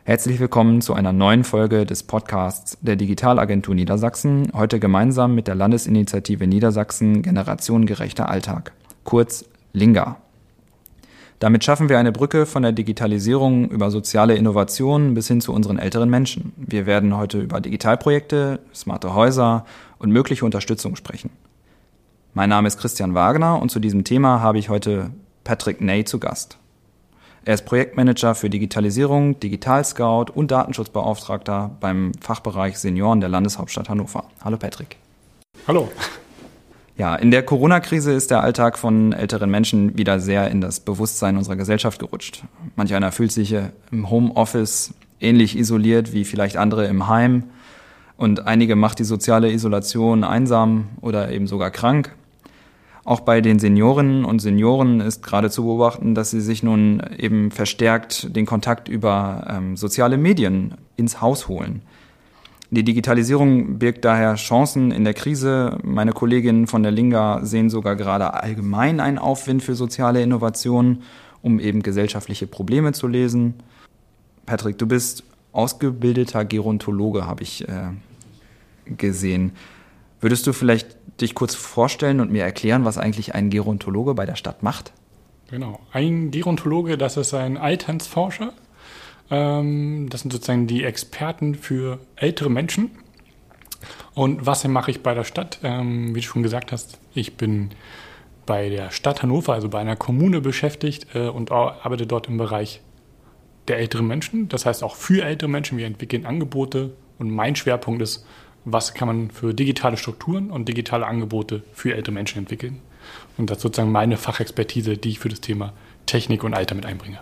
Herzlich willkommen zu einer neuen Folge des Podcasts der Digitalagentur Niedersachsen, heute gemeinsam mit der Landesinitiative Niedersachsen Generationengerechter Alltag, kurz LINGA. Damit schaffen wir eine Brücke von der Digitalisierung über soziale Innovationen bis hin zu unseren älteren Menschen. Wir werden heute über Digitalprojekte, smarte Häuser und mögliche Unterstützung sprechen. Mein Name ist Christian Wagner und zu diesem Thema habe ich heute Patrick Ney zu Gast. Er ist Projektmanager für Digitalisierung, Digital-Scout und Datenschutzbeauftragter beim Fachbereich Senioren der Landeshauptstadt Hannover. Hallo Patrick. Hallo. Ja, in der Corona-Krise ist der Alltag von älteren Menschen wieder sehr in das Bewusstsein unserer Gesellschaft gerutscht. Manch einer fühlt sich im Homeoffice ähnlich isoliert wie vielleicht andere im Heim und einige macht die soziale Isolation einsam oder eben sogar krank. Auch bei den Seniorinnen und Senioren ist gerade zu beobachten, dass sie sich nun eben verstärkt den Kontakt über soziale Medien ins Haus holen. Die Digitalisierung birgt daher Chancen in der Krise. Meine Kolleginnen von der LINGA sehen sogar gerade allgemein einen Aufwind für soziale Innovationen, um eben gesellschaftliche Probleme zu lösen. Patrick, du bist ausgebildeter Gerontologe, habe ich gesehen. Würdest du vielleicht dich kurz vorstellen und mir erklären, was eigentlich ein Gerontologe bei der Stadt macht? Genau, ein Gerontologe, das ist ein Alternsforscher. Das sind sozusagen die Experten für ältere Menschen. Und was mache ich bei der Stadt? Wie du schon gesagt hast, ich bin bei der Stadt Hannover, also bei einer Kommune beschäftigt und arbeite dort im Bereich der älteren Menschen. Das heißt auch für ältere Menschen. Wir entwickeln Angebote und mein Schwerpunkt ist, was kann man für digitale Strukturen und digitale Angebote für ältere Menschen entwickeln. Und das ist sozusagen meine Fachexpertise, die ich für das Thema Technik und Alter mit einbringe.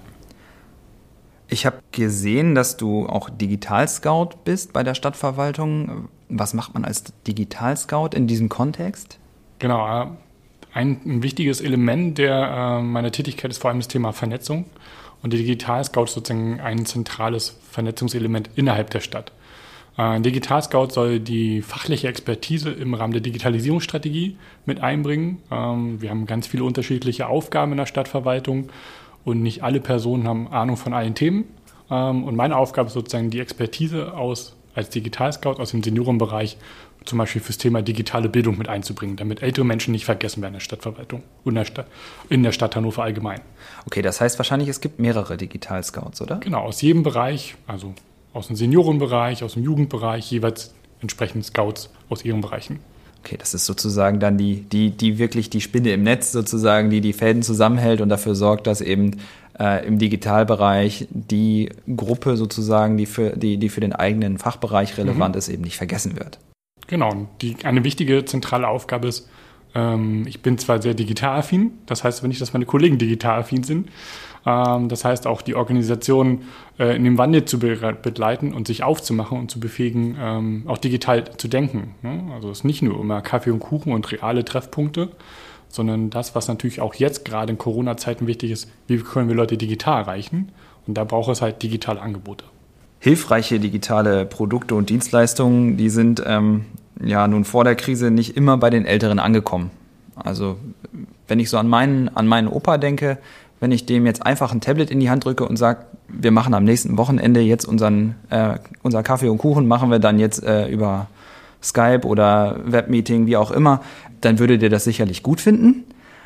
Ich habe gesehen, dass du auch Digital-Scout bist bei der Stadtverwaltung. Was macht man als Digital-Scout in diesem Kontext? Genau, ein wichtiges Element meiner Tätigkeit ist vor allem das Thema Vernetzung. Und der Digital-Scout ist sozusagen ein zentrales Vernetzungselement innerhalb der Stadt. Ein Digital-Scout soll die fachliche Expertise im Rahmen der Digitalisierungsstrategie mit einbringen. Wir haben ganz viele unterschiedliche Aufgaben in der Stadtverwaltung und nicht alle Personen haben Ahnung von allen Themen. Und meine Aufgabe ist sozusagen die Expertise als Digital-Scout aus dem Seniorenbereich zum Beispiel fürs Thema digitale Bildung mit einzubringen, damit ältere Menschen nicht vergessen werden in der Stadtverwaltung und in der Stadt Hannover allgemein. Okay, das heißt wahrscheinlich, es gibt mehrere Digital-Scouts, oder? Genau, aus jedem Bereich, also aus dem Seniorenbereich, aus dem Jugendbereich, jeweils entsprechend Scouts aus ihren Bereichen. Okay, das ist sozusagen dann die wirklich die Spinne im Netz sozusagen, die Fäden zusammenhält und dafür sorgt, dass eben im Digitalbereich die Gruppe sozusagen, die für den eigenen Fachbereich relevant ist, eben nicht vergessen wird. Genau, eine wichtige zentrale Aufgabe ist, ich bin zwar sehr digitalaffin, das heißt aber nicht, dass meine Kollegen digitalaffin sind. Das heißt auch die Organisation in dem Wandel zu begleiten und sich aufzumachen und zu befähigen, auch digital zu denken. Also es ist nicht nur immer Kaffee und Kuchen und reale Treffpunkte, sondern das, was natürlich auch jetzt gerade in Corona-Zeiten wichtig ist, wie können wir Leute digital erreichen? Und da braucht es halt digitale Angebote. Hilfreiche digitale Produkte und Dienstleistungen, die sind nun vor der Krise nicht immer bei den Älteren angekommen. Also wenn ich so an meinen Opa denke, wenn ich dem jetzt einfach ein Tablet in die Hand drücke und sage, wir machen am nächsten Wochenende jetzt unser Kaffee und Kuchen, machen wir dann jetzt über Skype oder Webmeeting, wie auch immer, dann würde der das sicherlich gut finden.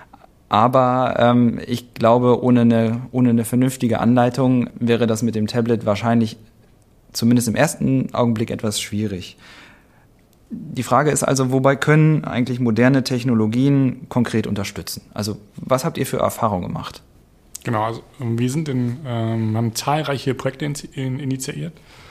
Aber ich glaube, ohne eine vernünftige Anleitung wäre das mit dem Tablet wahrscheinlich zumindest im ersten Augenblick etwas schwierig. Die Frage ist also, wobei können eigentlich moderne Technologien konkret unterstützen? Also was habt ihr für Erfahrungen gemacht? Genau, also wir haben zahlreiche Projekte initiiert.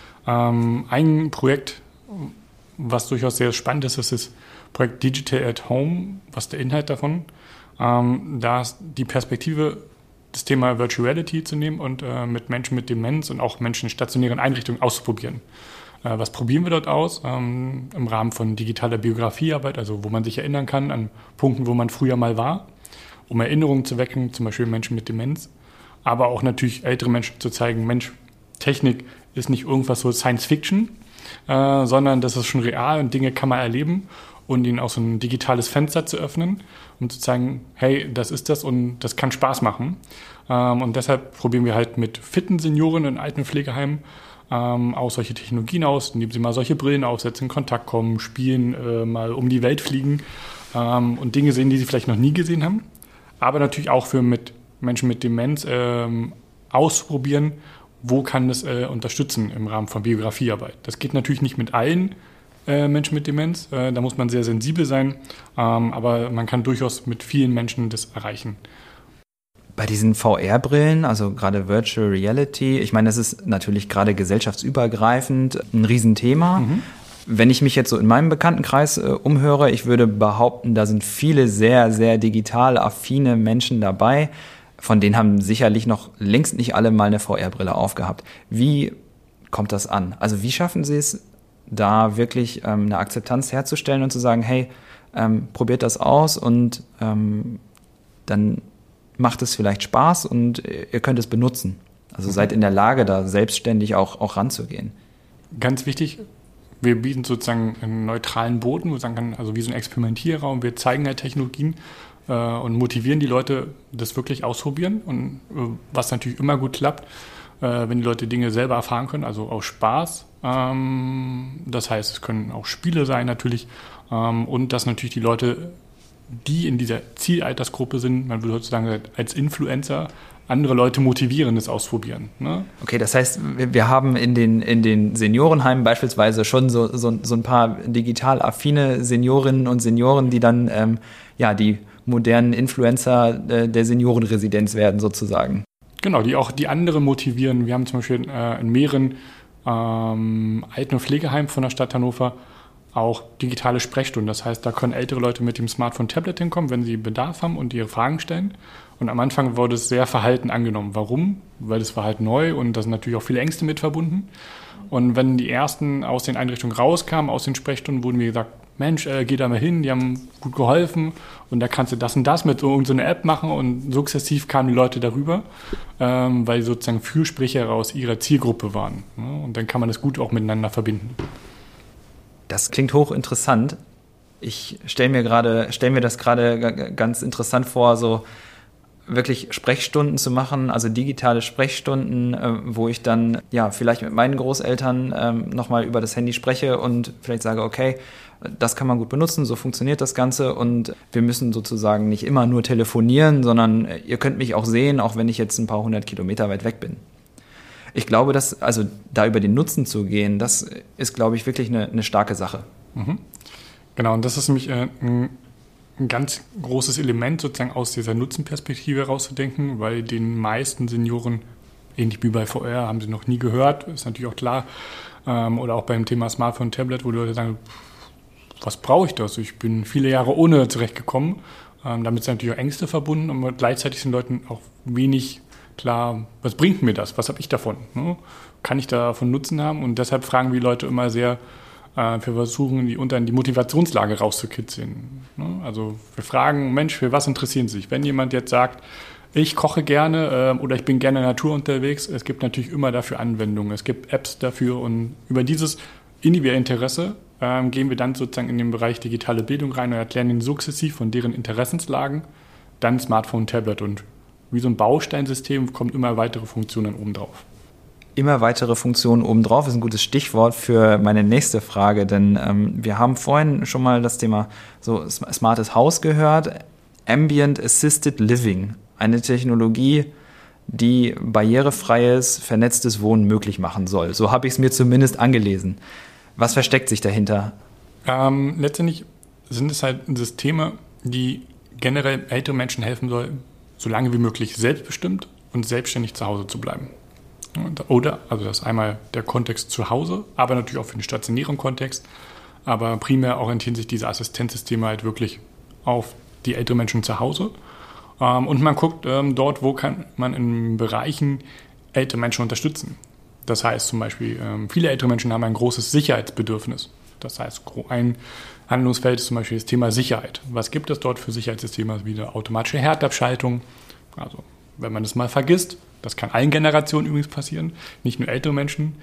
Ein Projekt, was durchaus sehr spannend ist, ist das Projekt Digital at Home. Was ist der Inhalt davon? Da ist die Perspektive, das Thema Virtual Reality zu nehmen und mit Menschen mit Demenz und auch Menschen in stationären Einrichtungen auszuprobieren. Was probieren wir dort aus? Im Rahmen von digitaler Biografiearbeit, also wo man sich erinnern kann an Punkten, wo man früher mal war, um Erinnerungen zu wecken, zum Beispiel Menschen mit Demenz, aber auch natürlich ältere Menschen zu zeigen, Mensch, Technik ist nicht irgendwas so Science Fiction, sondern das ist schon real und Dinge kann man erleben und ihnen auch so ein digitales Fenster zu öffnen, um zu zeigen, hey, das ist das und das kann Spaß machen. Und deshalb probieren wir halt mit fitten Senioren in Altenpflegeheimen auch solche Technologien aus, indem sie mal solche Brillen aufsetzen, in Kontakt kommen, spielen, mal um die Welt fliegen und Dinge sehen, die sie vielleicht noch nie gesehen haben. Aber natürlich auch für Menschen mit Demenz ausprobieren, wo kann das unterstützen im Rahmen von Biografiearbeit. Das geht natürlich nicht mit allen Menschen mit Demenz, da muss man sehr sensibel sein, aber man kann durchaus mit vielen Menschen das erreichen. Bei diesen VR-Brillen, also gerade Virtual Reality, ich meine, das ist natürlich gerade gesellschaftsübergreifend ein Riesenthema. Wenn ich mich jetzt so in meinem Bekanntenkreis umhöre, ich würde behaupten, da sind viele sehr, sehr digital affine Menschen dabei. Von denen haben sicherlich noch längst nicht alle mal eine VR-Brille aufgehabt. Wie kommt das an? Also wie schaffen Sie es, da wirklich eine Akzeptanz herzustellen und zu sagen, hey, probiert das aus und dann macht es vielleicht Spaß und ihr könnt es benutzen. Also seid in der Lage, da selbstständig auch ranzugehen. Ganz wichtig, wir bieten sozusagen einen neutralen Boden, wo man sagen kann, also wie so ein Experimentierraum. Wir zeigen halt Technologien und motivieren die Leute, das wirklich ausprobieren. Und was natürlich immer gut klappt, wenn die Leute Dinge selber erfahren können, also aus Spaß. Das heißt, es können auch Spiele sein natürlich. Und dass natürlich die Leute, die in dieser Zielaltersgruppe sind, man würde sozusagen als Influencer andere Leute motivieren, das ausprobieren. Ne? Okay, das heißt, wir haben in den Seniorenheimen beispielsweise schon so ein paar digital affine Seniorinnen und Senioren, die dann die modernen Influencer der Seniorenresidenz werden sozusagen. Genau, die auch die anderen motivieren. Wir haben zum Beispiel in mehreren Alten- und Pflegeheimen von der Stadt Hannover auch digitale Sprechstunden. Das heißt, da können ältere Leute mit dem Smartphone, Tablet hinkommen, wenn sie Bedarf haben und ihre Fragen stellen. Und am Anfang wurde es sehr verhalten angenommen. Warum? Weil es war halt neu und da sind natürlich auch viele Ängste mit verbunden. Und wenn die ersten aus den Einrichtungen rauskamen, aus den Sprechstunden, wurden wir gesagt, Mensch, geh da mal hin, die haben gut geholfen und da kannst du das und das mit so einer App machen und sukzessiv kamen die Leute darüber, weil sie sozusagen Fürsprecher aus ihrer Zielgruppe waren. Und dann kann man das gut auch miteinander verbinden. Das klingt hochinteressant. Ich stell mir das gerade ganz interessant vor, so wirklich Sprechstunden zu machen, also digitale Sprechstunden, wo ich dann vielleicht mit meinen Großeltern nochmal über das Handy spreche und vielleicht sage, okay, das kann man gut benutzen, so funktioniert das Ganze und wir müssen sozusagen nicht immer nur telefonieren, sondern ihr könnt mich auch sehen, auch wenn ich jetzt ein paar 100 Kilometer weit weg bin. Ich glaube, also da über den Nutzen zu gehen, das ist, glaube ich, wirklich eine starke Sache. Mhm. Genau, und das ist nämlich ein ganz großes Element, sozusagen aus dieser Nutzenperspektive herauszudenken, weil den meisten Senioren, ähnlich wie bei VR, haben sie noch nie gehört, ist natürlich auch klar. Oder auch beim Thema Smartphone, Tablet, wo die Leute sagen, was brauche ich das? Ich bin viele Jahre ohne zurechtgekommen. Damit sind natürlich auch Ängste verbunden und gleichzeitig sind Leuten auch wenig klar, was bringt mir das? Was habe ich davon? Ne? Kann ich davon Nutzen haben? Und deshalb fragen wir die Leute immer sehr, wir versuchen, die unter die Motivationslage rauszukitzeln. Ne? Also wir fragen, Mensch, für was interessieren Sie sich? Wenn jemand jetzt sagt, ich koche gerne oder ich bin gerne in der Natur unterwegs, es gibt natürlich immer dafür Anwendungen. Es gibt Apps dafür und über dieses individuelle Interesse gehen wir dann sozusagen in den Bereich digitale Bildung rein und erklären ihnen sukzessiv von deren Interessenslagen dann Smartphone, Tablet und wie so ein Bausteinsystem kommt immer weitere Funktionen obendrauf. Immer weitere Funktionen obendrauf ist ein gutes Stichwort für meine nächste Frage, denn wir haben vorhin schon mal das Thema so smartes Haus gehört, Ambient Assisted Living, eine Technologie, die barrierefreies, vernetztes Wohnen möglich machen soll. So habe ich es mir zumindest angelesen. Was versteckt sich dahinter? Letztendlich sind es halt Systeme, die generell älteren Menschen helfen sollen, so lange wie möglich selbstbestimmt und selbstständig zu Hause zu bleiben. Oder, also das ist einmal der Kontext zu Hause, aber natürlich auch für den stationären Kontext. Aber primär orientieren sich diese Assistenzsysteme halt wirklich auf die älteren Menschen zu Hause. Und man guckt dort, wo kann man in Bereichen ältere Menschen unterstützen. Das heißt zum Beispiel, viele ältere Menschen haben ein großes Sicherheitsbedürfnis. Das heißt, ein Handlungsfeld ist zum Beispiel das Thema Sicherheit. Was gibt es dort für Sicherheitssysteme? Wie eine automatische Herdabschaltung. Also wenn man das mal vergisst, Das kann allen Generationen übrigens passieren, nicht nur ältere Menschen.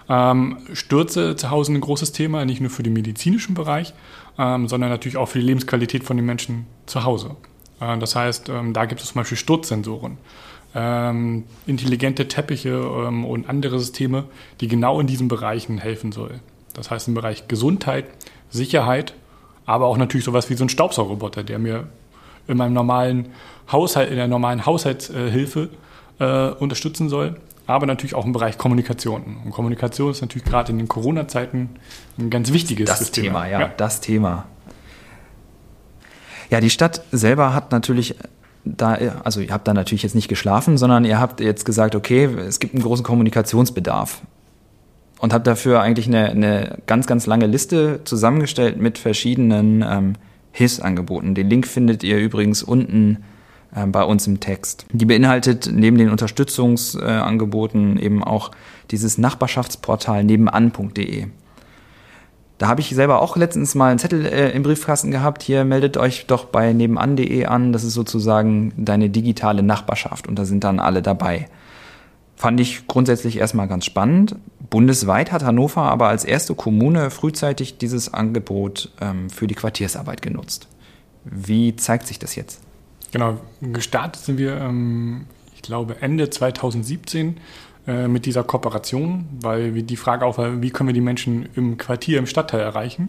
Stürze zu Hause ein großes Thema, nicht nur für den medizinischen Bereich, sondern natürlich auch für die Lebensqualität von den Menschen zu Hause. Das heißt, da gibt es zum Beispiel Sturzsensoren, intelligente Teppiche und andere Systeme, die genau in diesen Bereichen helfen sollen. Das heißt im Bereich Gesundheit, Sicherheit, aber auch natürlich sowas wie so ein Staubsaugerroboter, der mir in meinem normalen Haushalt, in der normalen Haushaltshilfe unterstützen soll, aber natürlich auch im Bereich Kommunikation. Und Kommunikation ist natürlich gerade in den Corona-Zeiten ein ganz wichtiges System. Das Thema. Ja, die Stadt selber hat natürlich also ihr habt da natürlich jetzt nicht geschlafen, sondern ihr habt jetzt gesagt, okay, es gibt einen großen Kommunikationsbedarf. Und habt dafür eigentlich eine ganz, ganz lange Liste zusammengestellt mit verschiedenen Hilfsangeboten. Den Link findet ihr übrigens unten bei uns im Text. Die beinhaltet neben den Unterstützungsangeboten eben auch dieses Nachbarschaftsportal nebenan.de. Da habe ich selber auch letztens mal einen Zettel im Briefkasten gehabt. Hier meldet euch doch bei nebenan.de an. Das ist sozusagen deine digitale Nachbarschaft und da sind dann alle dabei. Fand ich grundsätzlich erstmal ganz spannend. Bundesweit hat Hannover aber als erste Kommune frühzeitig dieses Angebot für die Quartiersarbeit genutzt. Wie zeigt sich das jetzt? Genau, gestartet sind wir, ich glaube, Ende 2017 mit dieser Kooperation, weil die Frage auch war, wie können wir die Menschen im Quartier, im Stadtteil erreichen.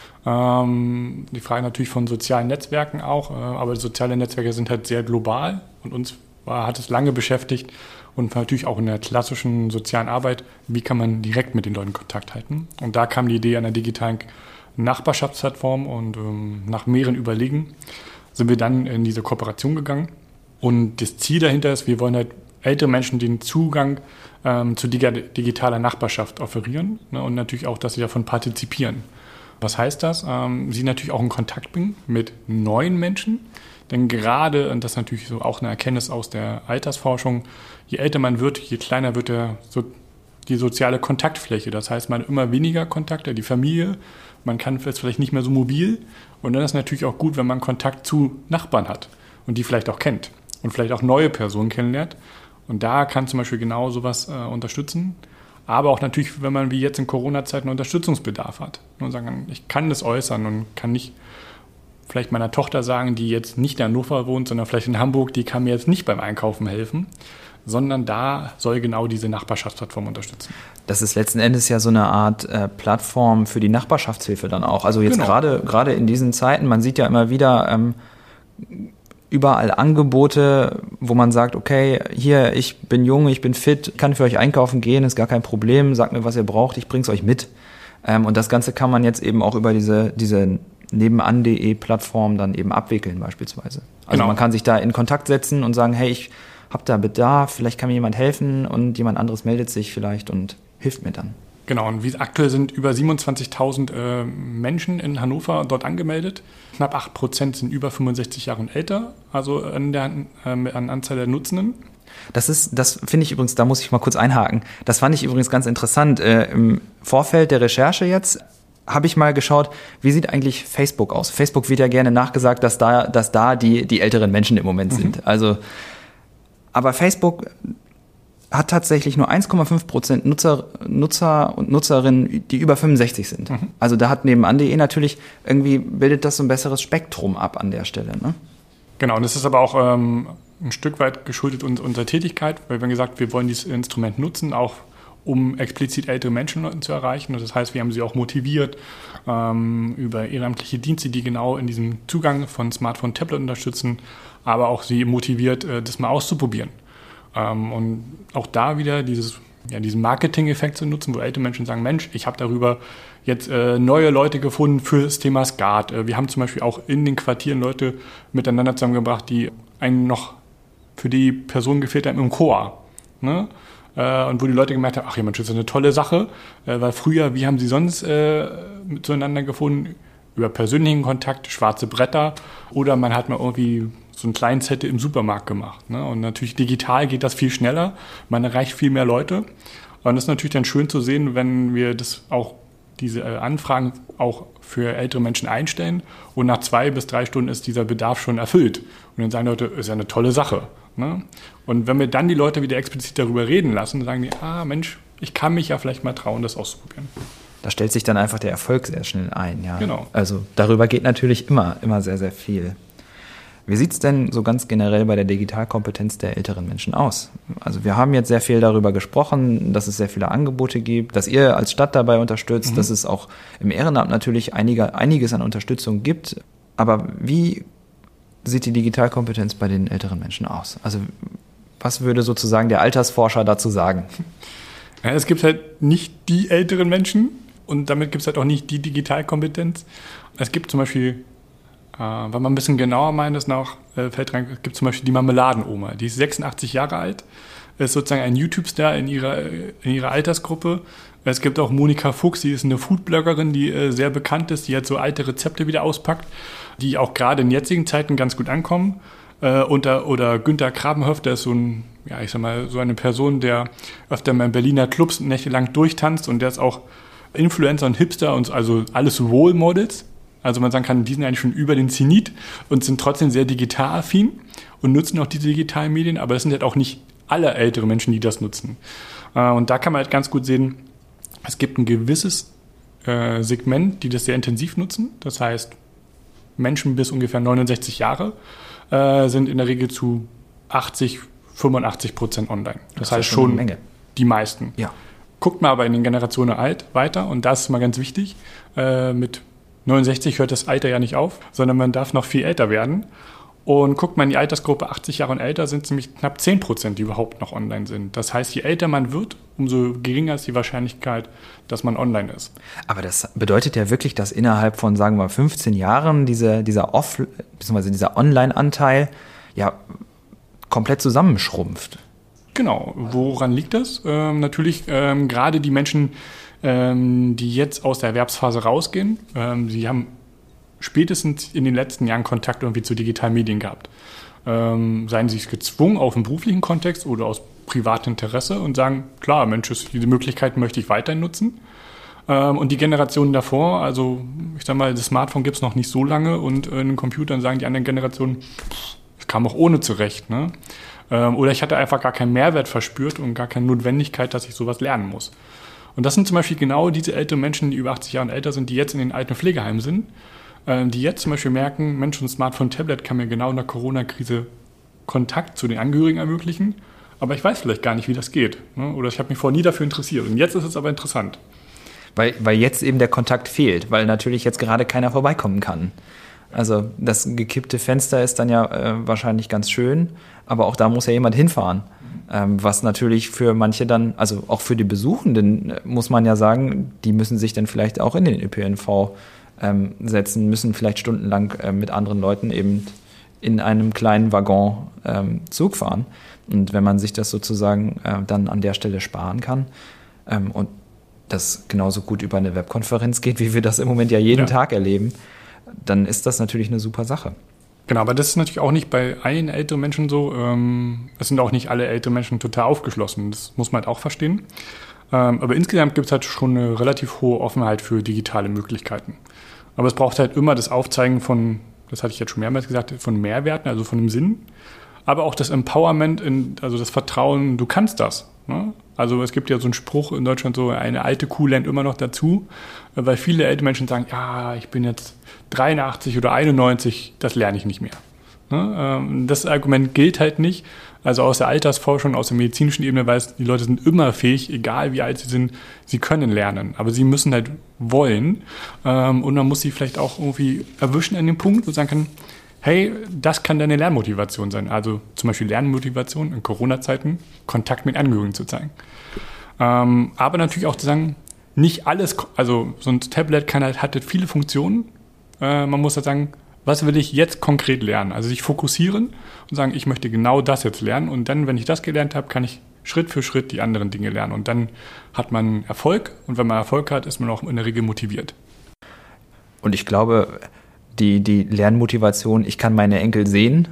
Die Frage natürlich von sozialen Netzwerken auch, aber soziale Netzwerke sind halt sehr global und uns hat es lange beschäftigt und natürlich auch in der klassischen sozialen Arbeit, wie kann man direkt mit den Leuten Kontakt halten. Und da kam die Idee einer digitalen Nachbarschaftsplattform und nach mehreren Überlegen sind wir dann in diese Kooperation gegangen. Und das Ziel dahinter ist, wir wollen halt ältere Menschen den Zugang zu digitaler Nachbarschaft offerieren, ne, und natürlich auch, dass sie davon partizipieren. Was heißt das? Sie natürlich auch in Kontakt bringen mit neuen Menschen, denn gerade, und das ist natürlich so auch eine Erkenntnis aus der Altersforschung, je älter man wird, je kleiner wird die soziale Kontaktfläche. Das heißt, man hat immer weniger Kontakte, die Familie, man kann jetzt vielleicht nicht mehr so mobil und dann ist es natürlich auch gut, wenn man Kontakt zu Nachbarn hat und die vielleicht auch kennt und vielleicht auch neue Personen kennenlernt. Und da kann zum Beispiel genau sowas unterstützen. Aber auch natürlich, wenn man wie jetzt in Corona-Zeiten Unterstützungsbedarf hat. Und sagen, ich kann das äußern und kann nicht vielleicht meiner Tochter sagen, die jetzt nicht in Hannover wohnt, sondern vielleicht in Hamburg, die kann mir jetzt nicht beim Einkaufen helfen, sondern da soll genau diese Nachbarschaftsplattform unterstützen. Das ist letzten Endes ja so eine Art Plattform für die Nachbarschaftshilfe dann auch. Also jetzt gerade in diesen Zeiten, man sieht ja immer wieder überall Angebote, wo man sagt, okay, hier, ich bin jung, ich bin fit, kann für euch einkaufen gehen, ist gar kein Problem, sagt mir, was ihr braucht, ich bring's euch mit. Und das Ganze kann man jetzt eben auch über diese nebenan.de Plattform dann eben abwickeln beispielsweise. Also man kann sich da in Kontakt setzen und sagen, hey, ich habe da Bedarf, vielleicht kann mir jemand helfen und jemand anderes meldet sich vielleicht und hilft mir dann. Genau, und aktuell sind über 27.000 Menschen in Hannover dort angemeldet. Knapp 8% sind über 65 Jahre und älter, also an Anzahl der Nutzenden. Das finde ich übrigens, da muss ich mal kurz einhaken, das fand ich übrigens ganz interessant. Im Vorfeld der Recherche jetzt habe ich mal geschaut, wie sieht eigentlich Facebook aus? Facebook wird ja gerne nachgesagt, dass da die älteren Menschen im Moment sind. Also, aber Facebook hat tatsächlich nur 1,5% Nutzer und Nutzerinnen, die über 65 sind. Also da hat nebenan.de natürlich, irgendwie bildet das so ein besseres Spektrum ab an der Stelle. Ne? Genau, und das ist aber auch ein Stück weit geschuldet unserer Tätigkeit, weil wir haben gesagt, wir wollen dieses Instrument nutzen, auch um explizit ältere Menschen zu erreichen. Das heißt, wir haben sie auch motiviert über ehrenamtliche Dienste, die genau in diesem Zugang von Smartphone, Tablet unterstützen, aber auch sie motiviert, das mal auszuprobieren. Und auch da wieder diesen Marketing-Effekt zu nutzen, wo ältere Menschen sagen, Mensch, ich habe darüber jetzt neue Leute gefunden für das Thema Skat. Wir haben zum Beispiel auch in den Quartieren Leute miteinander zusammengebracht, die einen noch für die Person gefehlt haben im Chor. Ne? Und wo die Leute gemerkt haben, ach ja Mensch, das ist eine tolle Sache, weil früher, wie haben sie sonst zueinander gefunden? Über persönlichen Kontakt, schwarze Bretter oder man hat mal irgendwie so einen kleinen Zettel im Supermarkt gemacht. Ne? Und natürlich digital geht das viel schneller, man erreicht viel mehr Leute. Und das ist natürlich dann schön zu sehen, wenn wir das auch diese Anfragen auch für ältere Menschen einstellen und nach 2 bis 3 Stunden ist dieser Bedarf schon erfüllt. Und dann sagen Leute, ist ja eine tolle Sache. Ne? Und wenn wir dann die Leute wieder explizit darüber reden lassen, sagen die, Mensch, ich kann mich ja vielleicht mal trauen, das auszuprobieren. Da stellt sich dann einfach der Erfolg sehr schnell ein, ja. Genau. Also darüber geht natürlich immer sehr, sehr viel. Wie sieht es denn so ganz generell bei der Digitalkompetenz der älteren Menschen aus? Also wir haben jetzt sehr viel darüber gesprochen, dass es sehr viele Angebote gibt, dass ihr als Stadt dabei unterstützt, dass es auch im Ehrenamt natürlich einiges an Unterstützung gibt. Aber wie sieht die Digitalkompetenz bei den älteren Menschen aus? Also was würde sozusagen der Altersforscher dazu sagen? Ja, es gibt halt nicht die älteren Menschen und damit gibt es halt auch nicht die Digitalkompetenz. Es gibt zum Beispiel, wenn man ein bisschen genauer meint, es gibt zum Beispiel die Marmeladenoma, die ist 86 Jahre alt, ist sozusagen ein YouTube-Star in ihrer Altersgruppe. Es gibt auch Monika Fuchs, die ist eine Foodbloggerin, die sehr bekannt ist, die halt so alte Rezepte wieder auspackt, die auch gerade in jetzigen Zeiten ganz gut ankommen. Oder Günter Grabenhoff, der ist so eine Person, der öfter mal in Berliner Clubs nächtelang durchtanzt und der ist auch Influencer und Hipster und also alles Role Models. Also man sagen kann, die sind eigentlich schon über den Zenit und sind trotzdem sehr digital affin und nutzen auch diese digitalen Medien, aber es sind halt auch nicht alle ältere Menschen, die das nutzen. Und da kann man halt ganz gut sehen, es gibt ein gewisses Segment, die das sehr intensiv nutzen. Das heißt, Menschen bis ungefähr 69 Jahre sind in der Regel zu 85% online. Das heißt schon eine Menge. Die meisten. Ja. Guckt mal aber in den Generationen alt weiter und das ist mal ganz wichtig. Mit 69 hört das Alter ja nicht auf, sondern man darf noch viel älter werden. Und guckt mal in die Altersgruppe 80 Jahre und älter, sind es nämlich knapp 10%, die überhaupt noch online sind. Das heißt, je älter man wird, umso geringer ist die Wahrscheinlichkeit, dass man online ist. Aber das bedeutet ja wirklich, dass innerhalb von, sagen wir mal, 15 Jahren dieser Online-Anteil ja komplett zusammenschrumpft. Genau. Woran liegt das? Natürlich gerade die Menschen, die jetzt aus der Erwerbsphase rausgehen, sie haben spätestens in den letzten Jahren Kontakt irgendwie zu digitalen Medien gehabt. Seien sie gezwungen auf einen beruflichen Kontext oder aus privatem Interesse und sagen, klar, Mensch, diese Möglichkeiten möchte ich weiterhin nutzen. Und die Generationen davor, also ich sag mal, das Smartphone gibt es noch nicht so lange und in den Computern sagen die anderen Generationen, ich kam auch ohne zurecht. Ne? Oder ich hatte einfach gar keinen Mehrwert verspürt und gar keine Notwendigkeit, dass ich sowas lernen muss. Und das sind zum Beispiel genau diese älteren Menschen, die über 80 Jahre älter sind, die jetzt in den alten Pflegeheimen sind, die jetzt zum Beispiel merken, Mensch, ein Smartphone, Tablet kann mir genau in der Corona-Krise Kontakt zu den Angehörigen ermöglichen, aber ich weiß vielleicht gar nicht, wie das geht. Ne? Oder ich habe mich vorher nie dafür interessiert. Und jetzt ist es aber interessant. Weil jetzt eben der Kontakt fehlt, weil natürlich jetzt gerade keiner vorbeikommen kann. Also das gekippte Fenster ist dann ja wahrscheinlich ganz schön, aber auch da muss ja jemand hinfahren. Was natürlich für manche dann, also auch für die Besuchenden, muss man ja sagen, die müssen sich dann vielleicht auch in den ÖPNV setzen, müssen vielleicht stundenlang mit anderen Leuten eben in einem kleinen Waggon Zug fahren. Und wenn man sich das sozusagen dann an der Stelle sparen kann und das genauso gut über eine Webkonferenz geht, wie wir das im Moment ja jeden Tag erleben, dann ist das natürlich eine super Sache. Genau, aber das ist natürlich auch nicht bei allen älteren Menschen so. Es sind auch nicht alle älteren Menschen total aufgeschlossen. Das muss man halt auch verstehen. Aber insgesamt gibt es halt schon eine relativ hohe Offenheit für digitale Möglichkeiten. Aber es braucht halt immer das Aufzeigen von, das hatte ich jetzt schon mehrmals gesagt, von Mehrwerten, also von dem Sinn. Aber auch das Empowerment, also das Vertrauen, du kannst das. Ne? Also es gibt ja so einen Spruch in Deutschland, so eine alte Kuh lernt immer noch dazu, weil viele ältere Menschen sagen, ja, ich bin jetzt 83 oder 91, das lerne ich nicht mehr. Ne? Das Argument gilt halt nicht. Also aus der Altersforschung, aus der medizinischen Ebene weiß, die Leute sind immer fähig, egal wie alt sie sind, sie können lernen. Aber sie müssen halt wollen. Und man muss sie vielleicht auch irgendwie erwischen an dem Punkt, wo sagen kann, hey, das kann deine Lernmotivation sein. Also zum Beispiel Lernmotivation in Corona-Zeiten, Kontakt mit Angehörigen zu zeigen. Aber natürlich auch zu sagen, nicht alles, also so ein Tablet hat halt viele Funktionen. Man muss halt sagen, was will ich jetzt konkret lernen? Also sich fokussieren und sagen, ich möchte genau das jetzt lernen. Und dann, wenn ich das gelernt habe, kann ich Schritt für Schritt die anderen Dinge lernen. Und dann hat man Erfolg. Und wenn man Erfolg hat, ist man auch in der Regel motiviert. Und ich glaube, die Lernmotivation, ich kann meine Enkel sehen.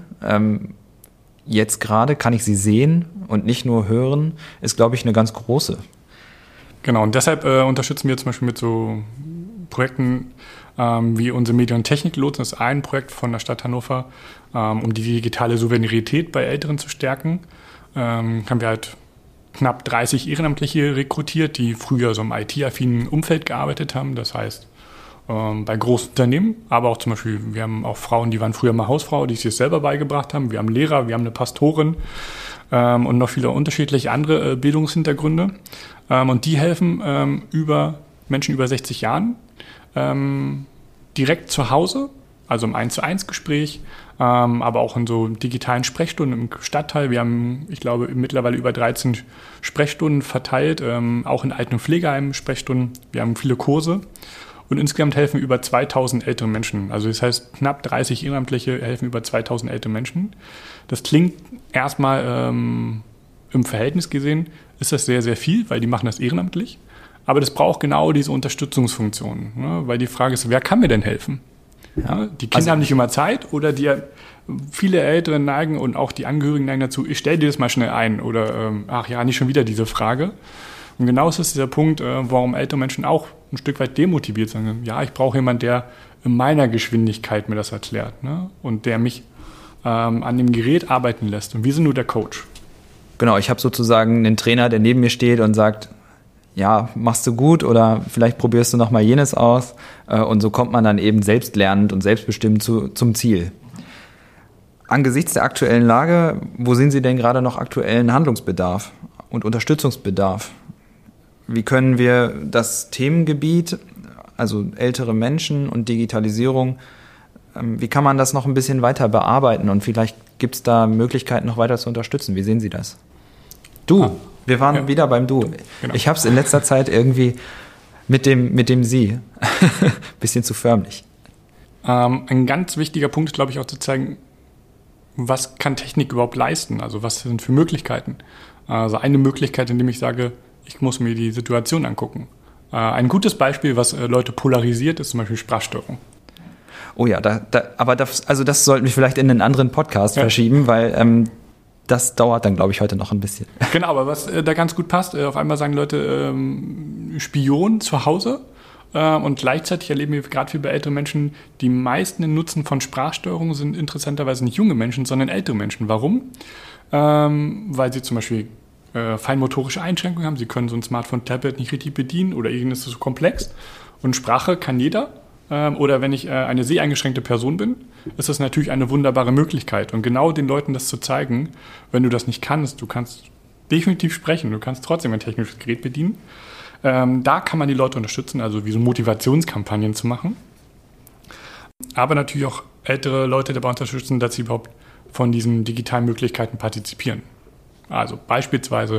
Jetzt gerade kann ich sie sehen und nicht nur hören, ist, glaube ich, eine ganz große. Genau, und deshalb unterstützen wir zum Beispiel mit so Projekten wie unsere Medien- und Techniklotsen, das ist ein Projekt von der Stadt Hannover, um die digitale Souveränität bei Älteren zu stärken. Haben wir halt knapp 30 Ehrenamtliche rekrutiert, die früher so im IT-affinen Umfeld gearbeitet haben. Das heißt, bei großen Unternehmen, aber auch zum Beispiel, wir haben auch Frauen, die waren früher mal Hausfrau, die sich das selber beigebracht haben. Wir haben Lehrer, wir haben eine Pastorin und noch viele unterschiedliche andere Bildungshintergründe. Und die helfen Menschen über 60 Jahren direkt zu Hause, also im 1:1 Gespräch, aber auch in so digitalen Sprechstunden im Stadtteil. Wir haben, ich glaube, mittlerweile über 13 Sprechstunden verteilt, auch in Alten- und Pflegeheimen Sprechstunden. Wir haben viele Kurse und insgesamt helfen über 2000 ältere Menschen. Also das heißt, knapp 30 Ehrenamtliche helfen über 2000 ältere Menschen. Das klingt erstmal im Verhältnis gesehen, ist das sehr, sehr viel, weil die machen das ehrenamtlich. Aber das braucht genau diese Unterstützungsfunktion, ne? Weil die Frage ist, wer kann mir denn helfen? Ja, die Kinder haben nicht immer Zeit oder viele Ältere neigen und auch die Angehörigen neigen dazu, ich stelle dir das mal schnell ein oder ach ja, nicht schon wieder diese Frage. Und genau ist es dieser Punkt, warum ältere Menschen auch ein Stück weit demotiviert sind. Ja, ich brauche jemanden, der in meiner Geschwindigkeit mir das erklärt, ne? Und der mich an dem Gerät arbeiten lässt. Und wir sind nur der Coach. Genau, ich habe sozusagen einen Trainer, der neben mir steht und sagt, ja, machst du gut oder vielleicht probierst du noch mal jenes aus. Und so kommt man dann eben selbstlernend und selbstbestimmt zum Ziel. Angesichts der aktuellen Lage, wo sehen Sie denn gerade noch aktuellen Handlungsbedarf und Unterstützungsbedarf? Wie können wir das Themengebiet, also ältere Menschen und Digitalisierung, wie kann man das noch ein bisschen weiter bearbeiten? Und vielleicht gibt es da Möglichkeiten, noch weiter zu unterstützen. Wie sehen Sie das? Wir waren wieder beim Du. Genau. Ich habe es in letzter Zeit irgendwie mit dem Sie. Bisschen zu förmlich. Ein ganz wichtiger Punkt ist, glaube ich, auch zu zeigen, was kann Technik überhaupt leisten? Also was sind für Möglichkeiten? Also eine Möglichkeit, indem ich sage, ich muss mir die Situation angucken. Ein gutes Beispiel, was Leute polarisiert, ist zum Beispiel Sprachstörung. Oh ja, aber das sollten wir vielleicht in einen anderen Podcast verschieben, weil das dauert dann, glaube ich, heute noch ein bisschen. Genau, aber was da ganz gut passt, auf einmal sagen Leute Spion zu Hause und gleichzeitig erleben wir gerade wie bei älteren Menschen, die meisten Nutzen von Sprachsteuerung sind interessanterweise nicht junge Menschen, sondern ältere Menschen. Warum? Weil sie zum Beispiel feinmotorische Einschränkungen haben. Sie können so ein Smartphone, Tablet nicht richtig bedienen oder irgendwas ist so komplex. Und Sprache kann jeder. Oder wenn ich eine seheingeschränkte Person bin, ist das natürlich eine wunderbare Möglichkeit. Und genau den Leuten das zu zeigen, wenn du das nicht kannst, du kannst definitiv sprechen, du kannst trotzdem ein technisches Gerät bedienen. Da kann man die Leute unterstützen, also wie so Motivationskampagnen zu machen. Aber natürlich auch ältere Leute dabei unterstützen, dass sie überhaupt von diesen digitalen Möglichkeiten partizipieren. Also beispielsweise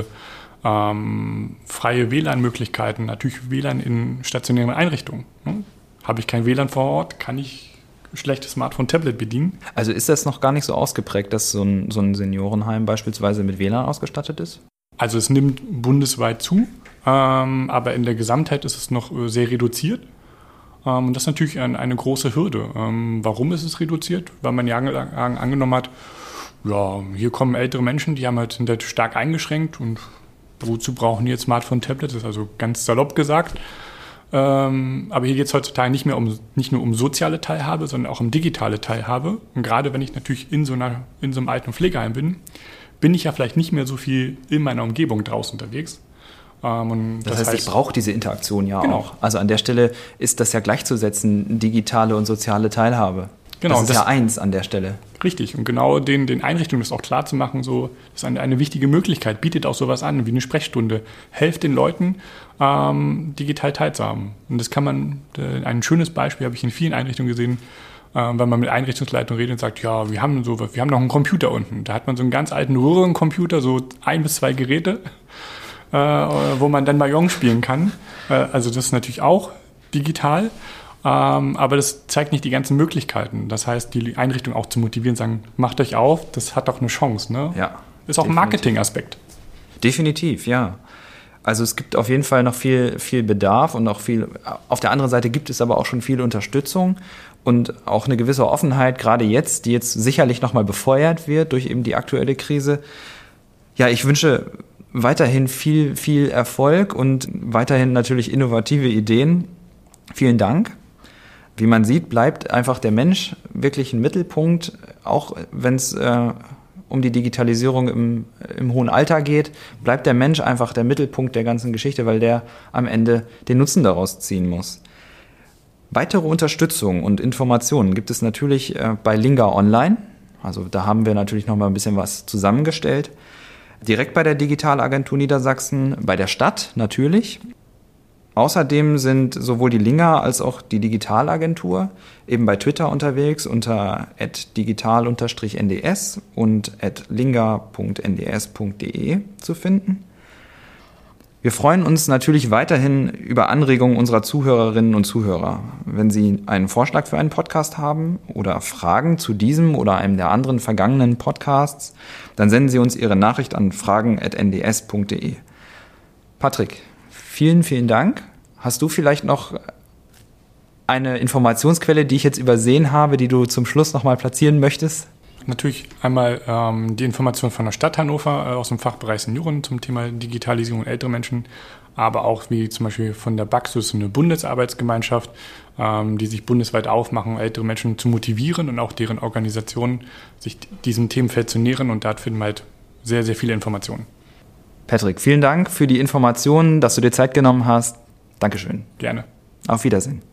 freie WLAN-Möglichkeiten, natürlich WLAN in stationären Einrichtungen. Ne? Habe ich kein WLAN vor Ort, kann ich schlechtes Smartphone, Tablet bedienen. Also ist das noch gar nicht so ausgeprägt, dass so ein Seniorenheim beispielsweise mit WLAN ausgestattet ist? Also es nimmt bundesweit zu, aber in der Gesamtheit ist es noch sehr reduziert. Und das ist natürlich eine große Hürde. Warum ist es reduziert? Weil man jahrelang angenommen hat, ja, hier kommen ältere Menschen, sind halt stark eingeschränkt und wozu brauchen die jetzt Smartphone, Tablet? Das ist also ganz salopp gesagt. Aber hier geht es heutzutage nicht nur um soziale Teilhabe, sondern auch um digitale Teilhabe. Und gerade wenn ich natürlich in so einem Alten- und Pflegeheim bin ich ja vielleicht nicht mehr so viel in meiner Umgebung draußen unterwegs. Das heißt, ich brauche diese Interaktion ja auch. Also an der Stelle ist das ja gleichzusetzen, digitale und soziale Teilhabe. Genau, das ist ja eins an der Stelle. Richtig. Und genau den Einrichtungen das auch klar zu machen, so, das ist eine wichtige Möglichkeit, bietet auch sowas an, wie eine Sprechstunde. Helft den Leuten, digital teilzuhaben. Und das kann man, ein schönes Beispiel habe ich in vielen Einrichtungen gesehen, wenn man mit Einrichtungsleitung redet und sagt, ja, wir haben noch einen Computer unten. Da hat man so einen ganz alten Röhrencomputer, so 1 bis 2 Geräte, wo man dann Mahjong spielen kann. Also das ist natürlich auch digital. Aber das zeigt nicht die ganzen Möglichkeiten. Das heißt, die Einrichtung auch zu motivieren, sagen, macht euch auf, das hat doch eine Chance. Ne? Ja, ist auch ein Marketingaspekt. Definitiv, ja. Also es gibt auf jeden Fall noch viel Bedarf und auch viel. Auf der anderen Seite gibt es aber auch schon viel Unterstützung und auch eine gewisse Offenheit, gerade jetzt, die jetzt sicherlich nochmal befeuert wird durch eben die aktuelle Krise. Ja, ich wünsche weiterhin viel Erfolg und weiterhin natürlich innovative Ideen. Vielen Dank. Wie man sieht, bleibt einfach der Mensch wirklich ein Mittelpunkt, auch wenn es um die Digitalisierung im hohen Alter geht, bleibt der Mensch einfach der Mittelpunkt der ganzen Geschichte, weil der am Ende den Nutzen daraus ziehen muss. Weitere Unterstützung und Informationen gibt es natürlich bei Linga Online. Also da haben wir natürlich noch mal ein bisschen was zusammengestellt. Direkt bei der Digitalagentur Niedersachsen, bei der Stadt natürlich. Außerdem sind sowohl die Linga als auch die Digitalagentur eben bei Twitter unterwegs unter @digital_nds und @linga.nds.de zu finden. Wir freuen uns natürlich weiterhin über Anregungen unserer Zuhörerinnen und Zuhörer. Wenn Sie einen Vorschlag für einen Podcast haben oder Fragen zu diesem oder einem der anderen vergangenen Podcasts, dann senden Sie uns Ihre Nachricht an fragen@nds.de. Patrick, vielen, vielen Dank. Hast du vielleicht noch eine Informationsquelle, die ich jetzt übersehen habe, die du zum Schluss nochmal platzieren möchtest? Natürlich einmal die Information von der Stadt Hannover aus dem Fachbereich Senioren zum Thema Digitalisierung und ältere Menschen, aber auch wie zum Beispiel von der BAXUS, eine Bundesarbeitsgemeinschaft, die sich bundesweit aufmachen, ältere Menschen zu motivieren und auch deren Organisationen, sich diesem Themenfeld zu nähern, und da finden wir halt sehr, sehr viele Informationen. Patrick, vielen Dank für die Informationen, dass du dir Zeit genommen hast. Dankeschön. Gerne. Auf Wiedersehen.